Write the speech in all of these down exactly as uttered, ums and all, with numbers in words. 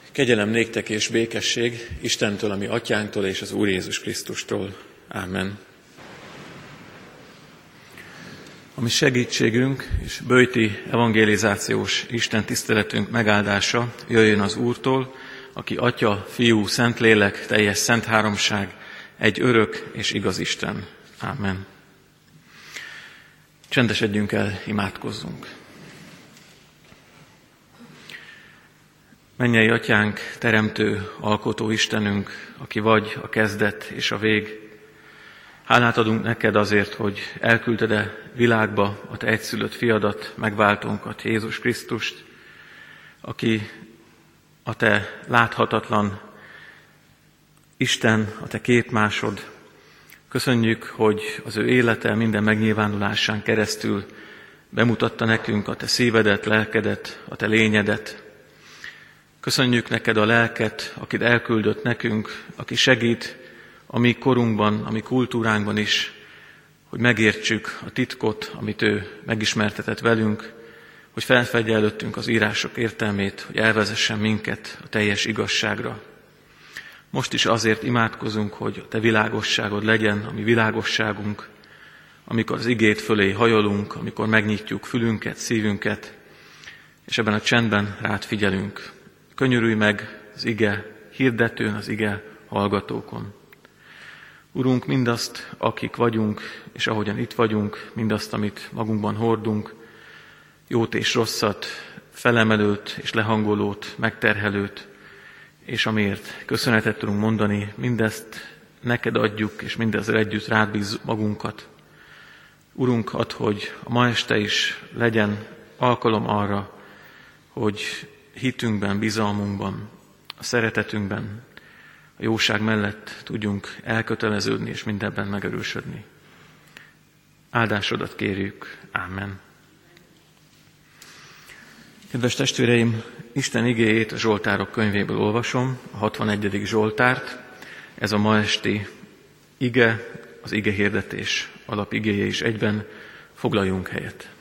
Kegyelem néktek és békesség Istentől, a mi atyánktól és az Úr Jézus Krisztustól. Ámen. A mi segítségünk és böjti evangelizációs Isten tiszteletünk megáldása jöjjön az Úrtól, aki Atya, Fiú, Szentlélek, teljes szent háromság, egy örök és igaz Isten. Ámen. Csendesedjünk el, imádkozzunk. Mennyei Atyánk, teremtő, alkotó Istenünk, aki vagy a kezdet és a vég, hálát adunk neked azért, hogy elküldted a világba a te egyszülött fiadat, megváltónkat, Jézus Krisztust, aki a te láthatatlan Isten, a te képmásod. Köszönjük, hogy az ő élete minden megnyilvánulásán keresztül bemutatta nekünk a te szívedet, lelkedet, a te lényedet. Köszönjük neked a lelket, akit elküldött nekünk, aki segít a mi korunkban, a mi kultúránkban is, hogy megértsük a titkot, amit ő megismertetett velünk, hogy felfedje előttünk az írások értelmét, hogy elvezessen minket a teljes igazságra. Most is azért imádkozunk, hogy a te világosságod legyen a mi világosságunk, amikor az igét fölé hajolunk, amikor megnyitjuk fülünket, szívünket, és ebben a csendben rád figyelünk. Könyörülj meg az ige hirdetőn, az ige hallgatókon. Urunk, mindazt, akik vagyunk, és ahogyan itt vagyunk, mindazt, amit magunkban hordunk, jót és rosszat, felemelőt és lehangolót, megterhelőt, és amiért köszönetet tudunk mondani, mindezt neked adjuk, és mindezzel együtt rád bízzuk magunkat. Urunk, add, hogy a ma este is legyen alkalom arra, hogy hitünkben, bizalmunkban, a szeretetünkben, a jóság mellett tudjunk elköteleződni és mindenben megerősödni. Áldásodat kérjük. Ámen. Kedves testvéreim, Isten igéjét a Zsoltárok könyvéből olvasom, a hatvanegyedik Zsoltárt. Ez a ma esti ige, az ige hirdetés alapigéje is egyben. Foglaljunk helyet.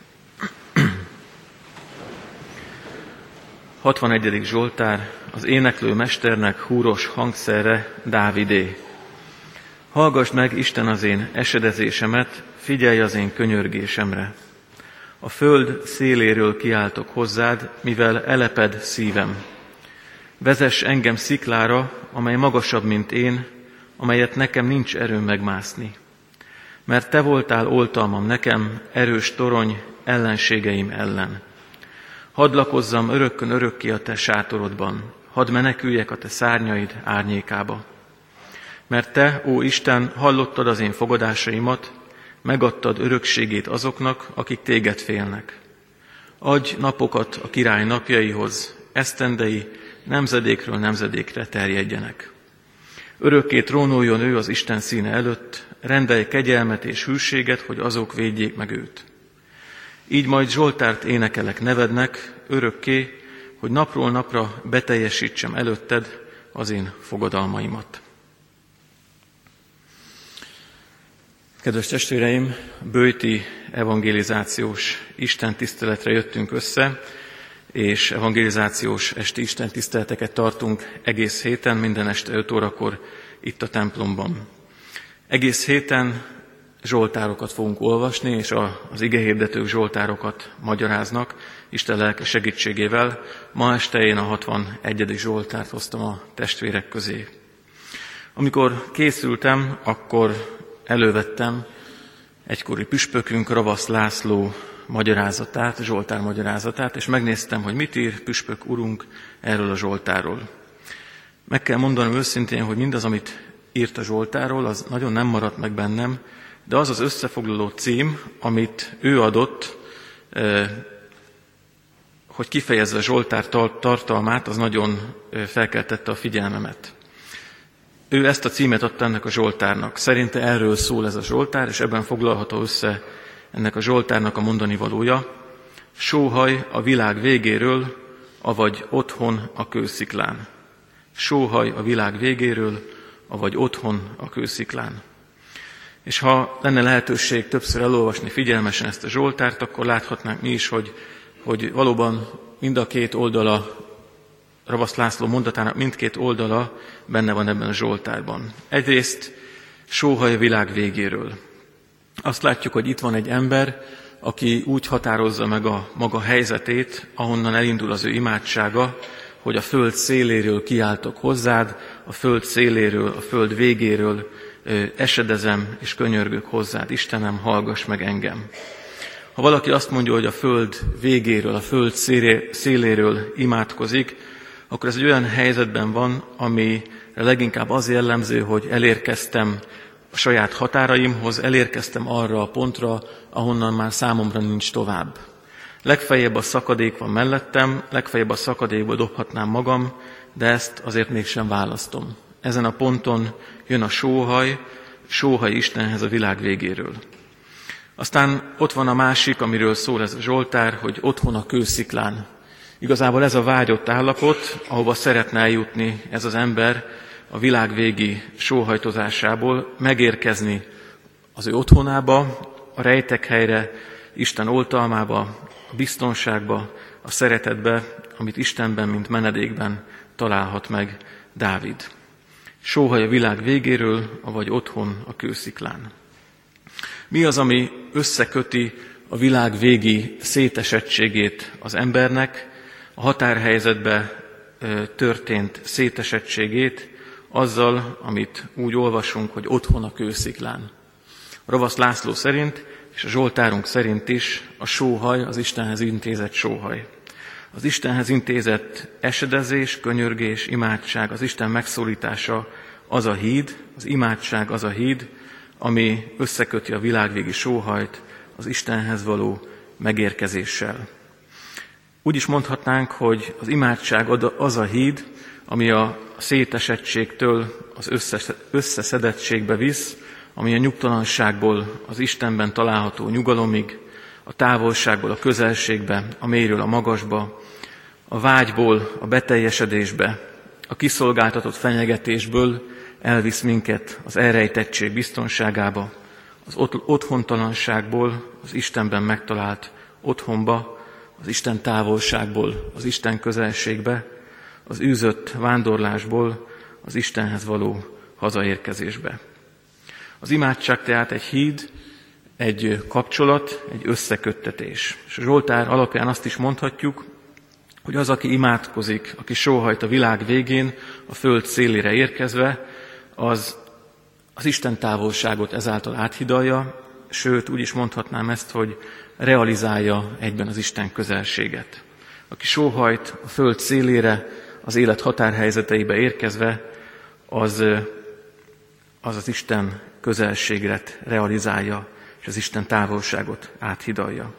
hatvanegyedik Zsoltár, az éneklő mesternek húros hangszerre, Dávidé. Hallgass meg, Isten, az én esedezésemet, figyelj az én könyörgésemre. A föld széléről kiáltok hozzád, mivel eleped szívem. Vezess engem sziklára, amely magasabb, mint én, amelyet nekem nincs erőm megmászni. Mert te voltál oltalmam nekem, erős torony ellenségeim ellen. Hadd lakozzam örökkön örökké a te sátorodban, hadd meneküljek a te szárnyaid árnyékába. Mert te, ó Isten, hallottad az én fogadásaimat, megadtad örökségét azoknak, akik téged félnek. Adj napokat a király napjaihoz, esztendei nemzedékről nemzedékre terjedjenek. Örökké trónoljon ő az Isten színe előtt, rendelj kegyelmet és hűséget, hogy azok védjék meg őt. Így majd Zsoltárt énekelek nevednek örökké, hogy napról napra beteljesítsem előtted az én fogadalmaimat. Kedves testvéreim, böjti evangelizációs Isten tiszteletre jöttünk össze, és evangelizációs esti Isten tiszteleteket tartunk egész héten, minden este öt órakor itt a templomban. Egész héten zsoltárokat fogunk olvasni, és az igehirdetők zsoltárokat magyaráznak Isten lelke segítségével. Ma este én a hatvanegyedik zsoltárt hoztam a testvérek közé. Amikor készültem, akkor elővettem egykori püspökünk, Ravasz László magyarázatát, zsoltár magyarázatát, és megnéztem, hogy mit ír püspök urunk erről a zsoltárról. Meg kell mondanom őszintén, hogy mindaz, amit írt a zsoltárról, az nagyon nem maradt meg bennem, de az az összefoglaló cím, amit ő adott, hogy kifejezze a zsoltár tartalmát, az nagyon felkeltette a figyelmemet. Ő ezt a címet adta ennek a zsoltárnak. Szerinte erről szól ez a zsoltár, és ebben foglalható össze ennek a zsoltárnak a mondani valója. Sóhaj a világ végéről, avagy otthon a kősziklán. Sóhaj a világ végéről, avagy otthon a kősziklán. És ha lenne lehetőség többször elolvasni figyelmesen ezt a zsoltárt, akkor láthatnánk mi is, hogy, hogy valóban mind a két oldala Ravasz László mondatának mindkét oldala benne van ebben a Zsoltárban. Egyrészt sóhaj a világ végéről. Azt látjuk, hogy itt van egy ember, aki úgy határozza meg a maga helyzetét, ahonnan elindul az ő imádsága, hogy a föld széléről kiáltok hozzád, a föld széléről, a föld végéről esedezem és könyörgök hozzád. Istenem, hallgass meg engem. Ha valaki azt mondja, hogy a föld végéről, a föld széléről imádkozik, akkor ez egy olyan helyzetben van, ami leginkább az jellemző, hogy elérkeztem a saját határaimhoz, elérkeztem arra a pontra, ahonnan már számomra nincs tovább. Legfeljebb a szakadék van mellettem, legfeljebb a szakadékból dobhatnám magam, de ezt azért mégsem választom. Ezen a ponton jön a sóhaj, sóhaj Istenhez a világ végéről. Aztán ott van a másik, amiről szól ez a Zsoltár, hogy otthon a kősziklán. Igazából ez a vágyott állapot, ahova szeretne eljutni ez az ember a világ végi sóhajtozásából, megérkezni az ő otthonába, a rejtekhelyre, Isten oltalmába, a biztonságba, a szeretetbe, amit Istenben, mint menedékben találhat meg Dávid. Sóhaj a világ végéről, avagy otthon a kősziklán. Mi az, ami összeköti a világ végi szétesettségét az embernek, a határhelyzetbe történt szétesettségét azzal, amit úgy olvasunk, hogy otthon a kősziklán. A Ravasz László szerint, és a Zsoltárunk szerint is a sóhaj az Istenhez intézett sóhaj. Az Istenhez intézett esedezés, könyörgés, imádság, az Isten megszólítása az a híd, az imádság az a híd, ami összeköti a világvégi sóhajt az Istenhez való megérkezéssel. Úgy is mondhatnánk, hogy az imádság az a híd, ami a szétesettségtől az összeszedettségbe visz, ami a nyugtalanságból az Istenben található nyugalomig, a távolságból a közelségbe, a mélyről a magasba, a vágyból a beteljesedésbe, a kiszolgáltatott fenyegetésből elvisz minket az elrejtettség biztonságába, az otthontalanságból az Istenben megtalált otthonba, az Isten távolságból az Isten közelségbe, az űzött vándorlásból az Istenhez való hazaérkezésbe. Az imádság tehát egy híd, egy kapcsolat, egy összeköttetés. És a Zsoltár alapján azt is mondhatjuk, hogy az, aki imádkozik, aki sóhajt a világ végén, a föld szélére érkezve, az az Isten távolságot ezáltal áthidalja, sőt, úgy is mondhatnám ezt, hogy realizálja egyben az Isten közelséget. Aki sóhajt a föld szélére, az élet határhelyzeteibe érkezve, az az, az Isten közelséget realizálja, és az Isten távolságot áthidalja.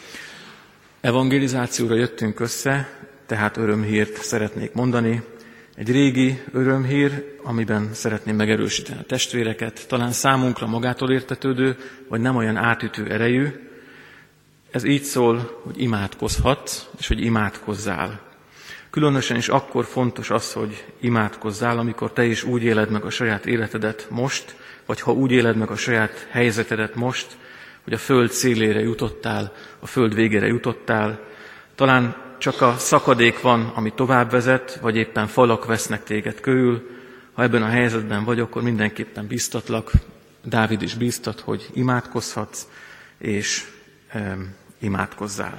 Evangelizációra jöttünk össze, tehát örömhírt szeretnék mondani. Egy régi örömhír, amiben szeretném megerősíteni a testvéreket, talán számunkra magától értetődő, vagy nem olyan átütő erejű. Ez így szól, hogy imádkozhatsz, és hogy imádkozzál. Különösen is akkor fontos az, hogy imádkozzál, amikor te is úgy éled meg a saját életedet most, vagy ha úgy éled meg a saját helyzetedet most, hogy a föld szélére jutottál, a föld végére jutottál, talán csak a szakadék van, ami tovább vezet, vagy éppen falak vesznek téged körül. Ha ebben a helyzetben vagy, akkor mindenképpen bíztatlak, Dávid is bíztat, hogy imádkozhatsz, és e, imádkozzál.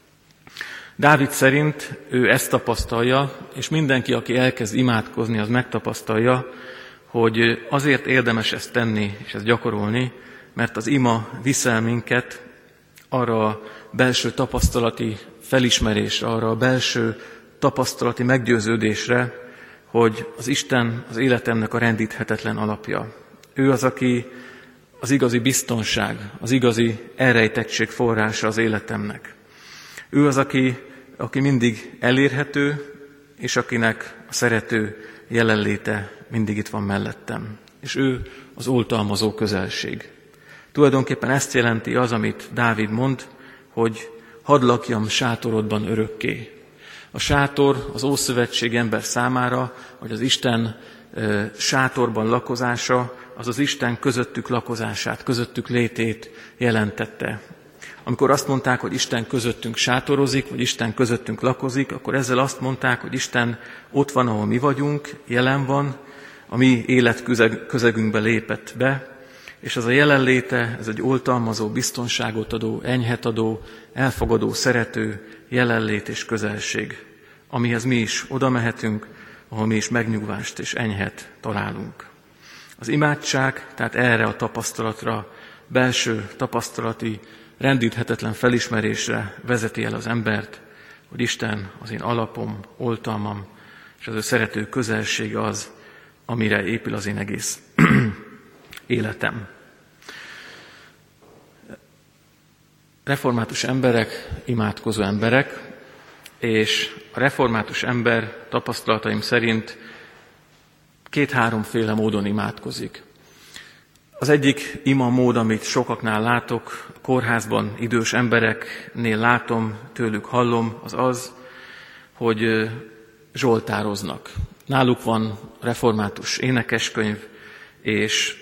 Dávid szerint ő ezt tapasztalja, és mindenki, aki elkezd imádkozni, az megtapasztalja, hogy azért érdemes ezt tenni, és ezt gyakorolni, mert az ima viszel minket arra a belső tapasztalati felismerésre, arra a belső tapasztalati meggyőződésre, hogy az Isten az életemnek a rendíthetetlen alapja. Ő az, aki az igazi biztonság, az igazi elrejtettség forrása az életemnek. Ő az, aki, aki mindig elérhető, és akinek a szerető jelenléte mindig itt van mellettem. És ő az oltalmazó közelség. Tulajdonképpen ezt jelenti az, amit Dávid mond, hogy hadd lakjam sátorodban örökké. A sátor az Ószövetség ember számára, vagy az Isten e, sátorban lakozása, az az Isten közöttük lakozását, közöttük létét jelentette. Amikor azt mondták, hogy Isten közöttünk sátorozik, vagy Isten közöttünk lakozik, akkor ezzel azt mondták, hogy Isten ott van, ahol mi vagyunk, jelen van, a mi életközegünkbe lépett be, és ez a jelenléte, ez egy oltalmazó, biztonságot adó, enyhet adó, elfogadó, szerető jelenlét és közelség, amihez mi is oda mehetünk, ahol mi is megnyugvást és enyhet találunk. Az imádság, tehát erre a tapasztalatra, belső tapasztalati, rendíthetetlen felismerésre vezeti el az embert, hogy Isten az én alapom, oltalmam, és az ő szerető közelsége az, amire épül az én egész életem. Református emberek, imádkozó emberek, és a református ember tapasztalataim szerint két-háromféle módon imádkozik. Az egyik ima mód, amit sokaknál látok, a kórházban idős embereknél látom, tőlük hallom, az az, hogy zsoltároznak. Náluk van református énekeskönyv, és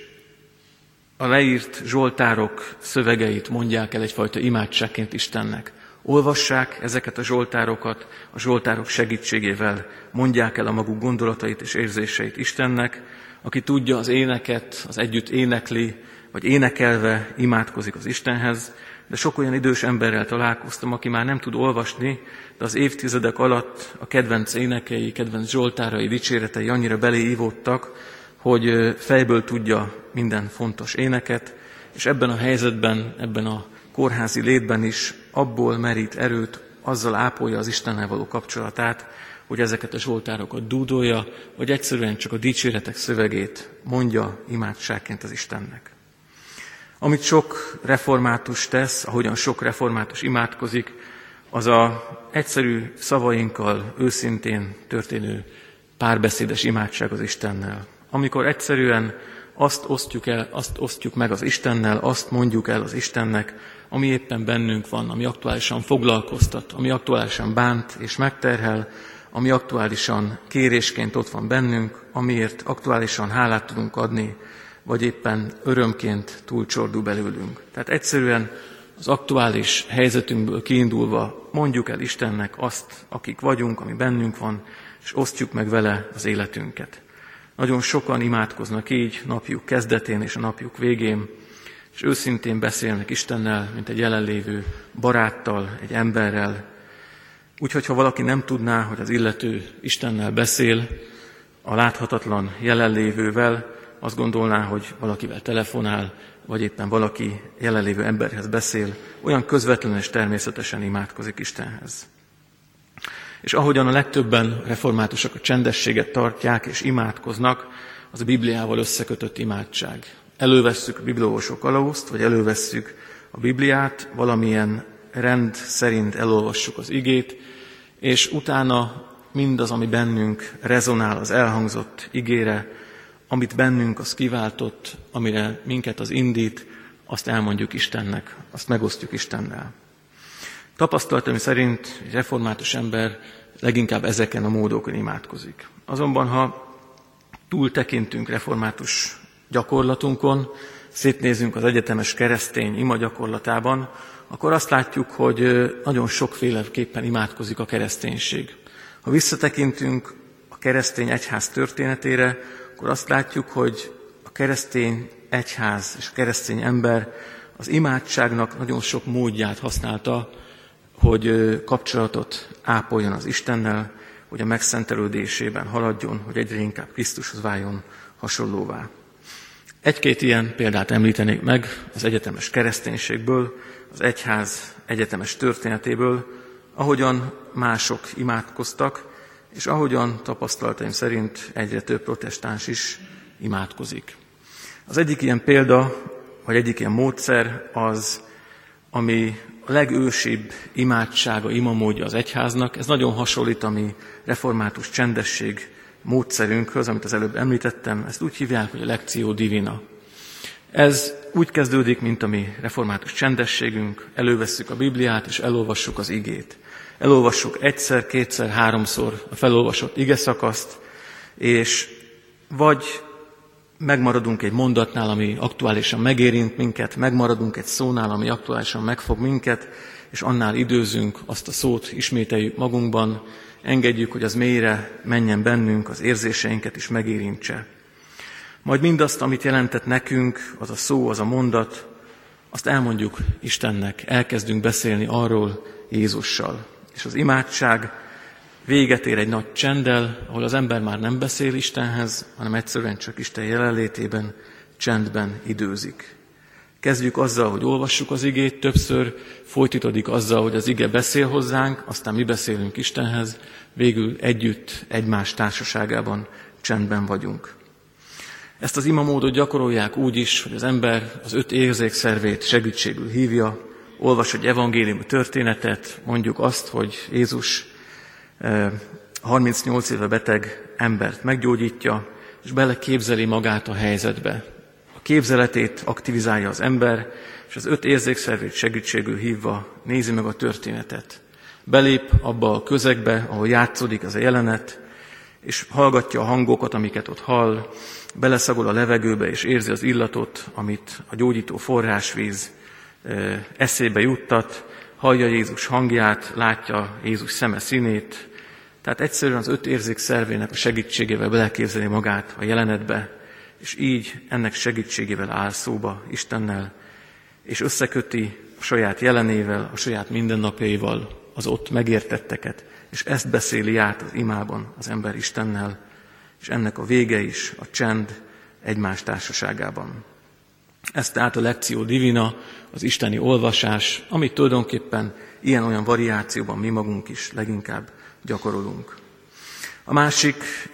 a leírt zsoltárok szövegeit mondják el egyfajta imádságként Istennek. Olvassák ezeket a zsoltárokat, a zsoltárok segítségével mondják el a maguk gondolatait és érzéseit Istennek. Aki tudja az éneket, az együtt énekli, vagy énekelve imádkozik az Istenhez, de sok olyan idős emberrel találkoztam, aki már nem tud olvasni, de az évtizedek alatt a kedvenc énekei, kedvenc zsoltárai, dicséretei annyira beléívódtak, hogy fejből tudja minden fontos éneket, és ebben a helyzetben, ebben a kórházi létben is abból merít erőt, azzal ápolja az Istennel való kapcsolatát, hogy ezeket a zsoltárokat dúdolja, vagy egyszerűen csak a dicséretek szövegét mondja imádságként az Istennek. Amit sok református tesz, ahogyan sok református imádkozik, az a egyszerű szavainkkal őszintén történő párbeszédes imádság az Istennel. Amikor egyszerűen azt osztjuk, el, azt osztjuk meg az Istennel, azt mondjuk el az Istennek, ami éppen bennünk van, ami aktuálisan foglalkoztat, ami aktuálisan bánt és megterhel, ami aktuálisan kérésként ott van bennünk, amiért aktuálisan hálát tudunk adni, vagy éppen örömként túlcsordul belőlünk. Tehát egyszerűen az aktuális helyzetünkből kiindulva mondjuk el Istennek azt, akik vagyunk, ami bennünk van, és osztjuk meg vele az életünket. Nagyon sokan imádkoznak így napjuk kezdetén és a napjuk végén, és őszintén beszélnek Istennel, mint egy jelenlévő baráttal, egy emberrel. Úgyhogy, ha valaki nem tudná, hogy az illető Istennel beszél, a láthatatlan jelenlévővel, azt gondolná, hogy valakivel telefonál, vagy éppen valaki jelenlévő emberhez beszél, olyan közvetlenül és természetesen imádkozik Istenhez. És ahogyan a legtöbben reformátusok a csendességet tartják és imádkoznak, az a Bibliával összekötött imádság. Elővesszük a bibliolvasó kalauzt, vagy elővesszük a Bibliát, valamilyen rend szerint elolvassuk az igét, és utána mindaz, ami bennünk rezonál az elhangzott igére, amit bennünk az kiváltott, amire minket az indít, azt elmondjuk Istennek, azt megosztjuk Istennel. Tapasztalatom szerint egy református ember leginkább ezeken a módokon imádkozik. Azonban, ha túl tekintünk református gyakorlatunkon, szétnézünk az egyetemes keresztény ima gyakorlatában, akkor azt látjuk, hogy nagyon sokféleképpen imádkozik a kereszténység. Ha visszatekintünk a keresztény egyház történetére, akkor azt látjuk, hogy a keresztény egyház és a keresztény ember az imádságnak nagyon sok módját használta, hogy kapcsolatot ápoljon az Istennel, hogy a megszentelődésében haladjon, hogy egyre inkább Krisztushoz váljon hasonlóvá. Egy-két ilyen példát említenék meg az egyetemes kereszténységből, az egyház egyetemes történetéből, ahogyan mások imádkoztak, és ahogyan tapasztalataim szerint egyre több protestáns is imádkozik. Az egyik ilyen példa, vagy egyik ilyen módszer az, ami a legősibb imádsága, imamódja az egyháznak. Ez nagyon hasonlít a mi református csendesség módszerünkhöz, amit az előbb említettem. Ezt úgy hívják, hogy a lectio divina. Ez úgy kezdődik, mint a mi református csendességünk. Elővesszük a Bibliát, és elolvassuk az igét. Elolvassuk egyszer, kétszer, háromszor a felolvasott igeszakaszt, és vagy megmaradunk egy mondatnál, ami aktuálisan megérint minket, megmaradunk egy szónál, ami aktuálisan megfog minket, és annál időzünk, azt a szót ismételjük magunkban, engedjük, hogy az mélyre menjen bennünk, az érzéseinket is megérintse. Majd mindazt, amit jelentett nekünk, az a szó, az a mondat, azt elmondjuk Istennek, elkezdünk beszélni arról Jézussal. És az imádság véget ér egy nagy csenddel, ahol az ember már nem beszél Istenhez, hanem egyszerűen csak Isten jelenlétében, csendben időzik. Kezdjük azzal, hogy olvassuk az igét többször, folytatódik azzal, hogy az ige beszél hozzánk, aztán mi beszélünk Istenhez, végül együtt, egymás társaságában csendben vagyunk. Ezt az imamódot gyakorolják úgy is, hogy az ember az öt érzékszervét segítségül hívja, olvas egy evangéliumi történetet, mondjuk azt, hogy Jézus harmincnyolc éve beteg embert meggyógyítja, és beleképzeli magát a helyzetbe. A képzeletét aktivizálja az ember, és az öt érzékszervét segítségül hívva nézi meg a történetet. Belép abba a közegbe, ahol játszódik ez a jelenet, és hallgatja a hangokat, amiket ott hall, beleszagol a levegőbe, és érzi az illatot, amit a gyógyító forrásvíz eszébe juttat, hallja Jézus hangját, látja Jézus szeme színét, tehát egyszerűen az öt érzékszervének a segítségével beleképzeli magát a jelenetbe, és így ennek segítségével áll szóba Istennel, és összeköti a saját jelenével, a saját mindennapjaival az ott megértetteket, és ezt beszéli át az imában az ember Istennel, és ennek a vége is a csend egymás társaságában. Ez tehát a Lectio Divina, az isteni olvasás, amit tulajdonképpen ilyen-olyan variációban mi magunk is leginkább gyakorolunk. A másik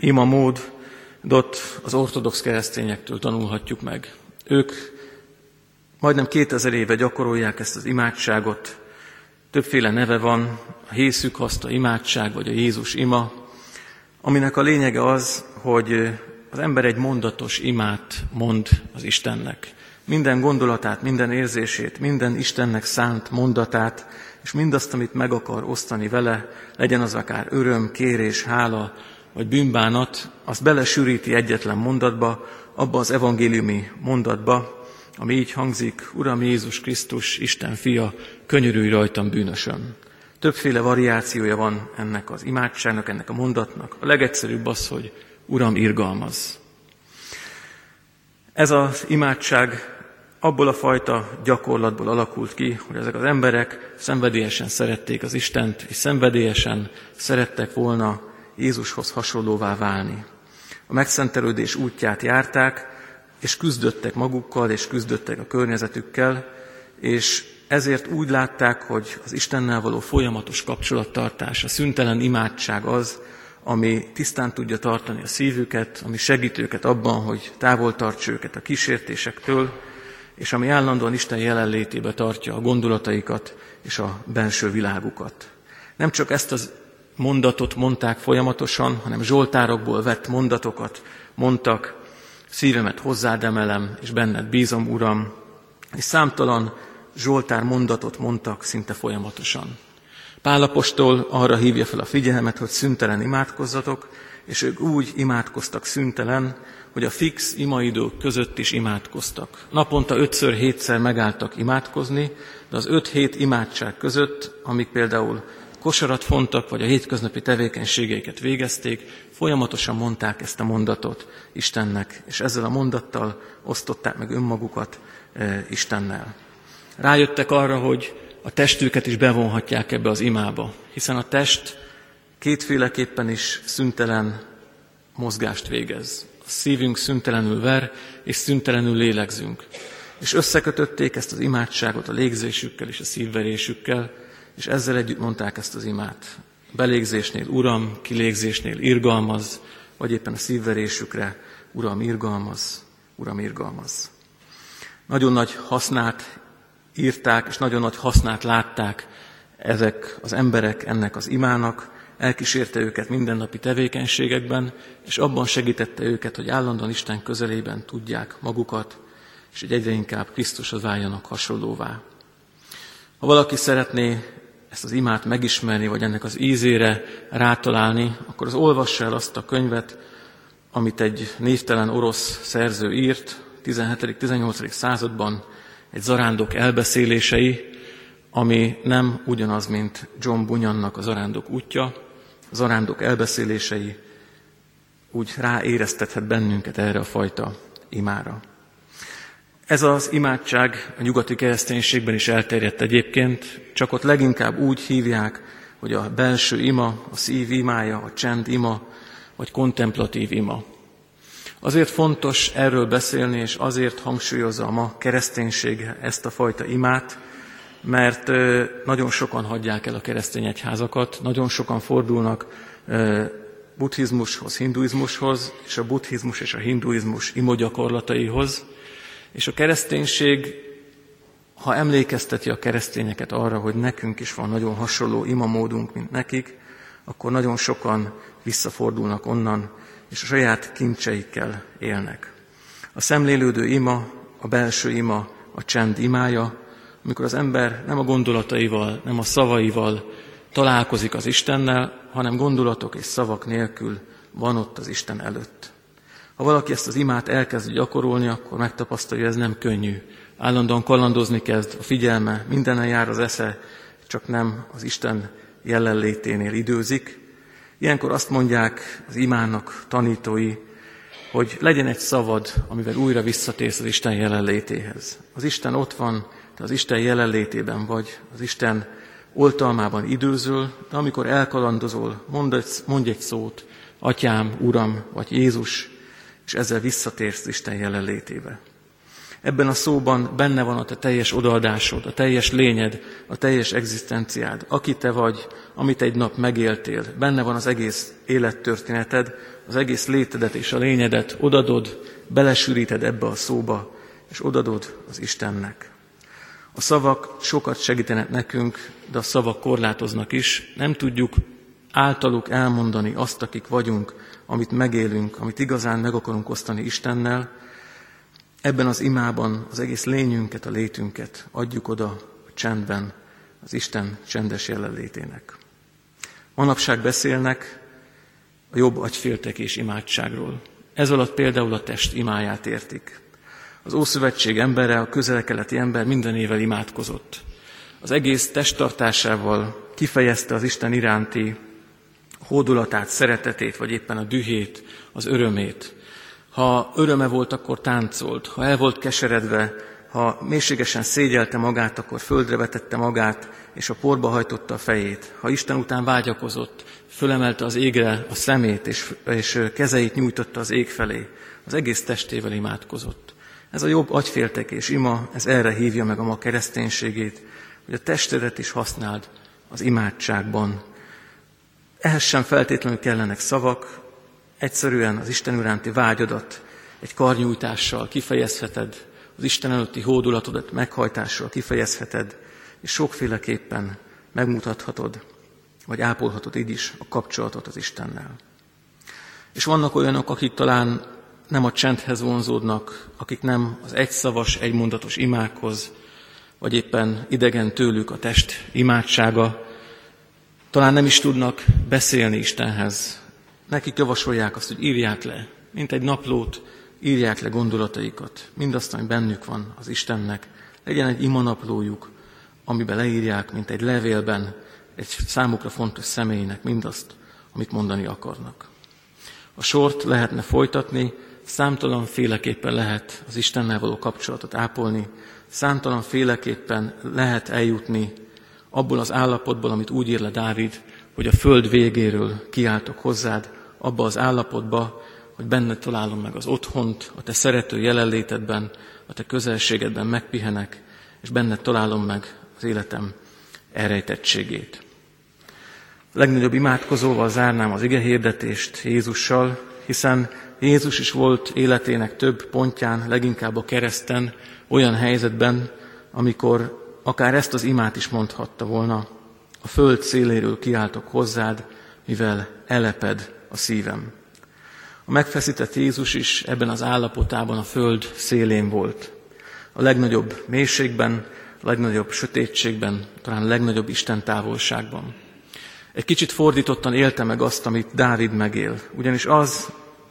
imamódot az ortodox keresztényektől tanulhatjuk meg. Ők majdnem kétezer éve gyakorolják ezt az imádságot, többféle neve van, a hészükhaszta imádság, vagy a Jézus ima, aminek a lényege az, hogy az ember egy mondatos imát mond az Istennek. Minden gondolatát, minden érzését, minden Istennek szánt mondatát, és mindazt, amit meg akar osztani vele, legyen az akár öröm, kérés, hála, vagy bűnbánat, azt belesűríti egyetlen mondatba, abba az evangéliumi mondatba, ami így hangzik: Uram Jézus Krisztus, Isten fia, könyörülj rajtam bűnösön. Többféle variációja van ennek az imádságnak, ennek a mondatnak. A legegyszerűbb az, hogy Uram, irgalmazz. Ez az imádság abból a fajta gyakorlatból alakult ki, hogy ezek az emberek szenvedélyesen szerették az Istent, és szenvedélyesen szerettek volna Jézushoz hasonlóvá válni. A megszentelődés útját járták, és küzdöttek magukkal, és küzdöttek a környezetükkel, és ezért úgy látták, hogy az Istennel való folyamatos kapcsolattartás, a szüntelen imádság az, ami tisztán tudja tartani a szívüket, ami segít őket abban, hogy távol tartsa őket a kísértésektől, és ami állandóan Isten jelenlétébe tartja a gondolataikat és a benső világukat. Nem csak ezt az mondatot mondták folyamatosan, hanem zsoltárokból vett mondatokat mondtak: szívemet hozzád emelem, és benned bízom, Uram, és számtalan zsoltár mondatot mondtak szinte folyamatosan. Pál apostol arra hívja fel a figyelmet, hogy szüntelen imádkozzatok, és ők úgy imádkoztak szüntelen, hogy a fix imaidők között is imádkoztak. Naponta ötször, hétszer megálltak imádkozni, de az öt hét imádság között, amik például kosarat fontak, vagy a hétköznapi tevékenységeiket végezték, folyamatosan mondták ezt a mondatot Istennek, és ezzel a mondattal osztották meg önmagukat e, Istennel. Rájöttek arra, hogy a testüket is bevonhatják ebbe az imába, hiszen a test kétféleképpen is szüntelen mozgást végez. A szívünk szüntelenül ver, és szüntelenül lélegzünk. És összekötötték ezt az imádságot a légzésükkel és a szívverésükkel, és ezzel együtt mondták ezt az imát. Belégzésnél Uram, kilégzésnél irgalmazz, vagy éppen a szívverésükre Uram, irgalmazz, Uram, irgalmazz. Nagyon nagy hasznát írták, és nagyon nagy hasznát látták ezek az emberek ennek az imának, elkísérte őket mindennapi tevékenységekben, és abban segítette őket, hogy állandóan Isten közelében tudják magukat, és hogy egyre inkább Krisztushoz váljanak hasonlóvá. Ha valaki szeretné ezt az imát megismerni, vagy ennek az ízére rátalálni, akkor az olvassa el azt a könyvet, amit egy névtelen orosz szerző írt tizenhetedik-tizennyolcadik században, egy zarándok elbeszélései, ami nem ugyanaz, mint John Bunyannak a Zarándok útja. A zarándok elbeszélései úgy ráéreztethet bennünket erre a fajta imára. Ez az imádság a nyugati kereszténységben is elterjedt egyébként, csak ott leginkább úgy hívják, hogy a belső ima, a szív imája, a csend ima, vagy kontemplatív ima. Azért fontos erről beszélni, és azért hangsúlyozza a ma kereszténység ezt a fajta imát, mert nagyon sokan hagyják el a keresztény egyházakat, nagyon sokan fordulnak buddhizmushoz, hinduizmushoz, és a buddhizmus és a hinduizmus imagyakorlataihoz, és a kereszténység, ha emlékezteti a keresztényeket arra, hogy nekünk is van nagyon hasonló imamódunk, mint nekik, akkor nagyon sokan visszafordulnak onnan, és a saját kincseikkel élnek. A szemlélődő ima, a belső ima, a csend imája, amikor az ember nem a gondolataival, nem a szavaival találkozik az Istennel, hanem gondolatok és szavak nélkül van ott az Isten előtt. Ha valaki ezt az imát elkezd gyakorolni, akkor megtapasztalja, hogy ez nem könnyű. Állandóan kalandozni kezd, a figyelme, mindenen jár az esze, csak nem az Isten jelenléténél időzik. Ilyenkor azt mondják az imának tanítói, hogy legyen egy szavad, amivel újra visszatérsz az Isten jelenlétéhez. Az Isten ott van, te az Isten jelenlétében vagy, az Isten oltalmában időzöl, de amikor elkalandozol, mondj egy, mondj egy szót, Atyám, Uram, vagy Jézus, és ezzel visszatérsz az Isten jelenlétébe. Ebben a szóban benne van a te teljes odaadásod, a teljes lényed, a teljes egzisztenciád, aki te vagy, amit egy nap megéltél. Benne van az egész élettörténeted, az egész létedet és a lényedet odadod, belesűríted ebbe a szóba, és odadod az Istennek. A szavak sokat segítenek nekünk, de a szavak korlátoznak is. Nem tudjuk általuk elmondani azt, akik vagyunk, amit megélünk, amit igazán meg akarunk osztani Istennel. Ebben az imában az egész lényünket, a létünket adjuk oda a csendben az Isten csendes jelenlétének. Manapság beszélnek a jobb agyféltekés imádságról. Ez alatt például a test imáját értik. Az Ószövetség embere, a közel-keleti ember minden évvel imádkozott. Az egész testtartásával kifejezte az Isten iránti hódolatát, szeretetét, vagy éppen a dühét, az örömét. Ha öröme volt, akkor táncolt, ha el volt keseredve, ha mélységesen szégyelte magát, akkor földre vetette magát, és a porba hajtotta a fejét. Ha Isten után vágyakozott, fölemelte az égre a szemét, és, és kezeit nyújtotta az ég felé. Az egész testével imádkozott. Ez a jobb agyféltekés ima, ez erre hívja meg a ma kereszténységét, hogy a testedet is használd az imádságban. Ehhez sem feltétlenül kellenek szavak, egyszerűen az Isten iránti vágyadat egy karnyújtással kifejezheted, az Isten előtti hódulatodat meghajtással kifejezheted, és sokféleképpen megmutathatod, vagy ápolhatod így is a kapcsolatot az Istennel. És vannak olyanok, akik talán nem a csendhez vonzódnak, akik nem az egyszavas, egymondatos imákhoz, vagy éppen idegen tőlük a test imádsága, talán nem is tudnak beszélni Istenhez. Nekik javasolják azt, hogy írják le, mint egy naplót, írják le gondolataikat, mindazt, ami bennük van az Istennek. Legyen egy imanaplójuk, amiben leírják, mint egy levélben, egy számukra fontos személynek mindazt, amit mondani akarnak. A sort lehetne folytatni, számtalan féleképpen lehet az Istennel való kapcsolatot ápolni, számtalan féleképpen lehet eljutni abból az állapotból, amit úgy ír le Dávid, hogy a föld végéről kiáltok hozzád, abba az állapotba, hogy benned találom meg az otthont, a te szerető jelenlétedben, a te közelségedben megpihenek, és benned találom meg az életem elrejtettségét. A legnagyobb imádkozóval zárnám az igehirdetést Jézussal, hiszen Jézus is volt életének több pontján, leginkább a kereszten, olyan helyzetben, amikor akár ezt az imát is mondhatta volna, a föld széléről kiáltok hozzád, mivel eleped a szívem. A megfeszített Jézus is ebben az állapotában a föld szélén volt. A legnagyobb mélységben, a legnagyobb sötétségben, talán a legnagyobb Isten távolságban. Egy kicsit fordítottan élte meg azt, amit Dávid megél. Ugyanis az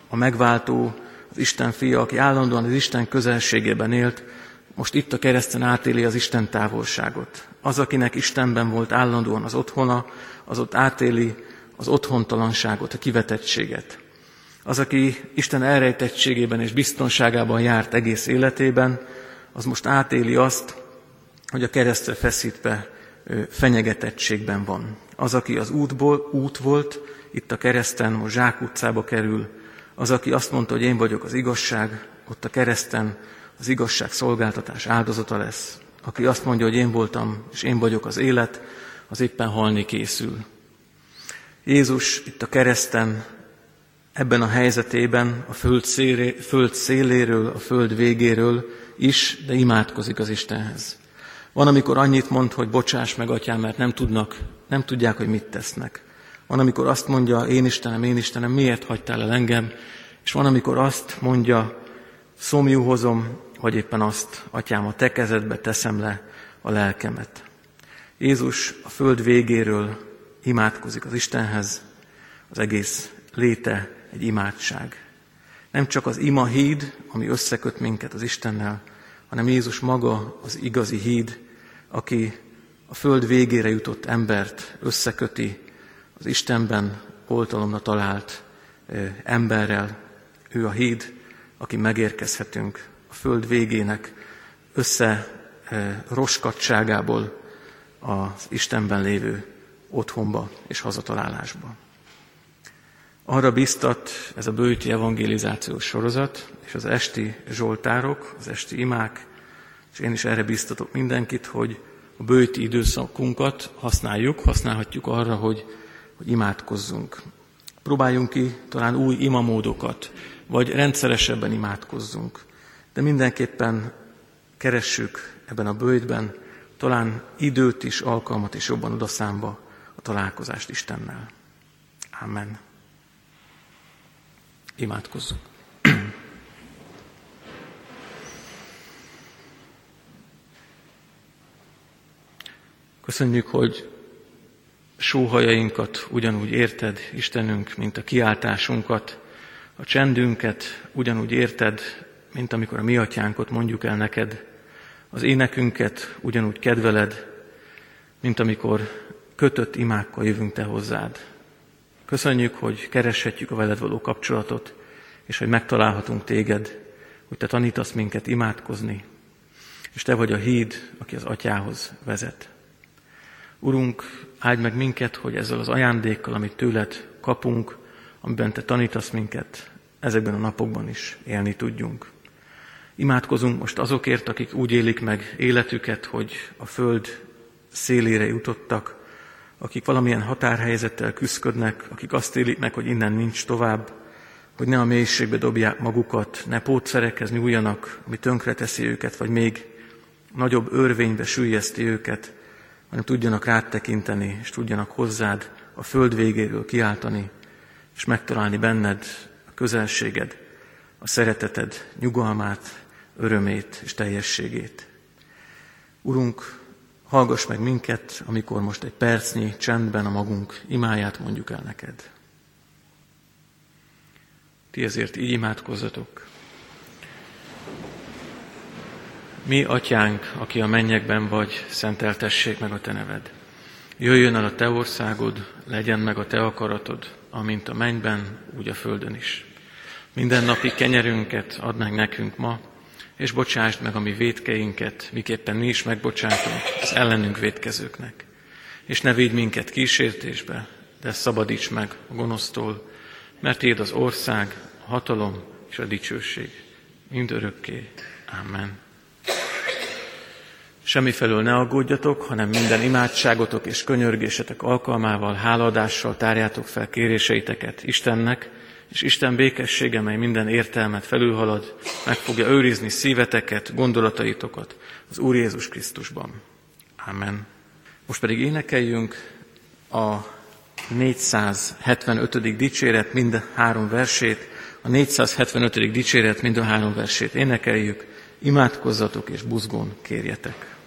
a megváltó, az Isten fia, aki állandóan az Isten közelségében élt, most itt a kereszten átéli az Isten távolságot. Az, akinek Istenben volt állandóan az otthona, az ott átéli az otthontalanságot, a kivetettséget. Az, aki Isten elrejtettségében és biztonságában járt egész életében, az most átéli azt, hogy a keresztre feszítve fenyegetettségben van. Az, aki az útból út volt, itt a kereszten most zsákutcába kerül. Az, aki azt mondta, hogy én vagyok az igazság, ott a kereszten az igazság szolgáltatás áldozata lesz. Aki azt mondja, hogy én voltam, és én vagyok az élet, az éppen halni készül. Jézus itt a kereszten, ebben a helyzetében, a föld, szélé, föld széléről, a föld végéről is, de imádkozik az Istenhez. Van, amikor annyit mond, hogy bocsáss meg, Atyám, mert nem tudnak, nem tudják, hogy mit tesznek. Van, amikor azt mondja, én Istenem, én Istenem, miért hagytál el engem? És van, amikor azt mondja, szomjúhozom, vagy éppen azt, Atyám, a te kezedbe teszem le a lelkemet. Jézus a föld végéről imádkozik az Istenhez, az egész léte egy imádság. Nem csak az ima híd, ami összeköt minket az Istennel, hanem Jézus maga az igazi híd, aki a föld végére jutott embert összeköti az Istenben oltalomra talált emberrel. Ő a híd, aki megérkezhetünk a föld végének összeroskadtságából az Istenben lévő otthonba és hazatalálásba. Arra biztat ez a bőti evangelizációs sorozat, és az esti zsoltárok, az esti imák, és én is erre biztatok mindenkit, hogy a bőti időszakunkat használjuk, használhatjuk arra, hogy, hogy imádkozzunk. Próbáljunk ki talán új imamódokat, vagy rendszeresebben imádkozzunk. De mindenképpen keressük ebben a bőjtben talán időt is, alkalmat is jobban odaszámba a találkozást Istennel. Amen. Imádkozzunk. Köszönjük, hogy sóhajainkat ugyanúgy érted, Istenünk, mint a kiáltásunkat, a csendünket ugyanúgy érted, mint amikor a mi atyánkot mondjuk el neked, az énekünket ugyanúgy kedveled, mint amikor kötött imákkal jövünk te hozzád. Köszönjük, hogy kereshetjük a veled való kapcsolatot, és hogy megtalálhatunk téged, hogy te tanítasz minket imádkozni, és te vagy a híd, aki az atyához vezet. Urunk, áld meg minket, hogy ezzel az ajándékkal, amit tőled kapunk, amiben te tanítasz minket, ezekben a napokban is élni tudjunk. Imádkozunk most azokért, akik úgy élik meg életüket, hogy a föld szélére jutottak, akik valamilyen határhelyzettel küszködnek, akik azt élik meg, hogy innen nincs tovább, hogy ne a mélységbe dobják magukat, ne pótszerekhez nyúljanak, ami tönkreteszi őket, vagy még nagyobb örvénybe süllyeszti őket, hanem tudjanak rád tekinteni, és tudjanak hozzád a föld végéről kiáltani, és megtalálni benned a közelséged, a szereteted, nyugalmát, örömét és teljességét. Urunk, hallgass meg minket, amikor most egy percnyi csendben a magunk imáját mondjuk el neked. Ti ezért így imádkozzatok. Mi, atyánk, aki a mennyekben vagy, szenteltessék meg a te neved. Jöjjön el a te országod, legyen meg a te akaratod, amint a mennyben, úgy a földön is. Minden napi kenyerünket add meg nekünk ma, és bocsásd meg a mi vétkeinket, miképpen mi is megbocsátunk az ellenünk vétkezőknek. És ne védj minket kísértésbe, de szabadíts meg a gonosztól, mert tiéd az ország, a hatalom és a dicsőség mindörökké. Amen. Semmifelől ne aggódjatok, hanem minden imádságotok és könyörgésetek alkalmával, hálaadással tárjátok fel kéréseiteket Istennek, és Isten békessége, mely minden értelmet felülhalad, meg fogja őrizni szíveteket, gondolataitokat az Úr Jézus Krisztusban. Amen. Most pedig énekeljünk a négyszázhetvenötödik dicséret mind a három versét, a négyszázhetvenötödik dicséret mind a három versét énekeljük, imádkozzatok és buzgón kérjetek.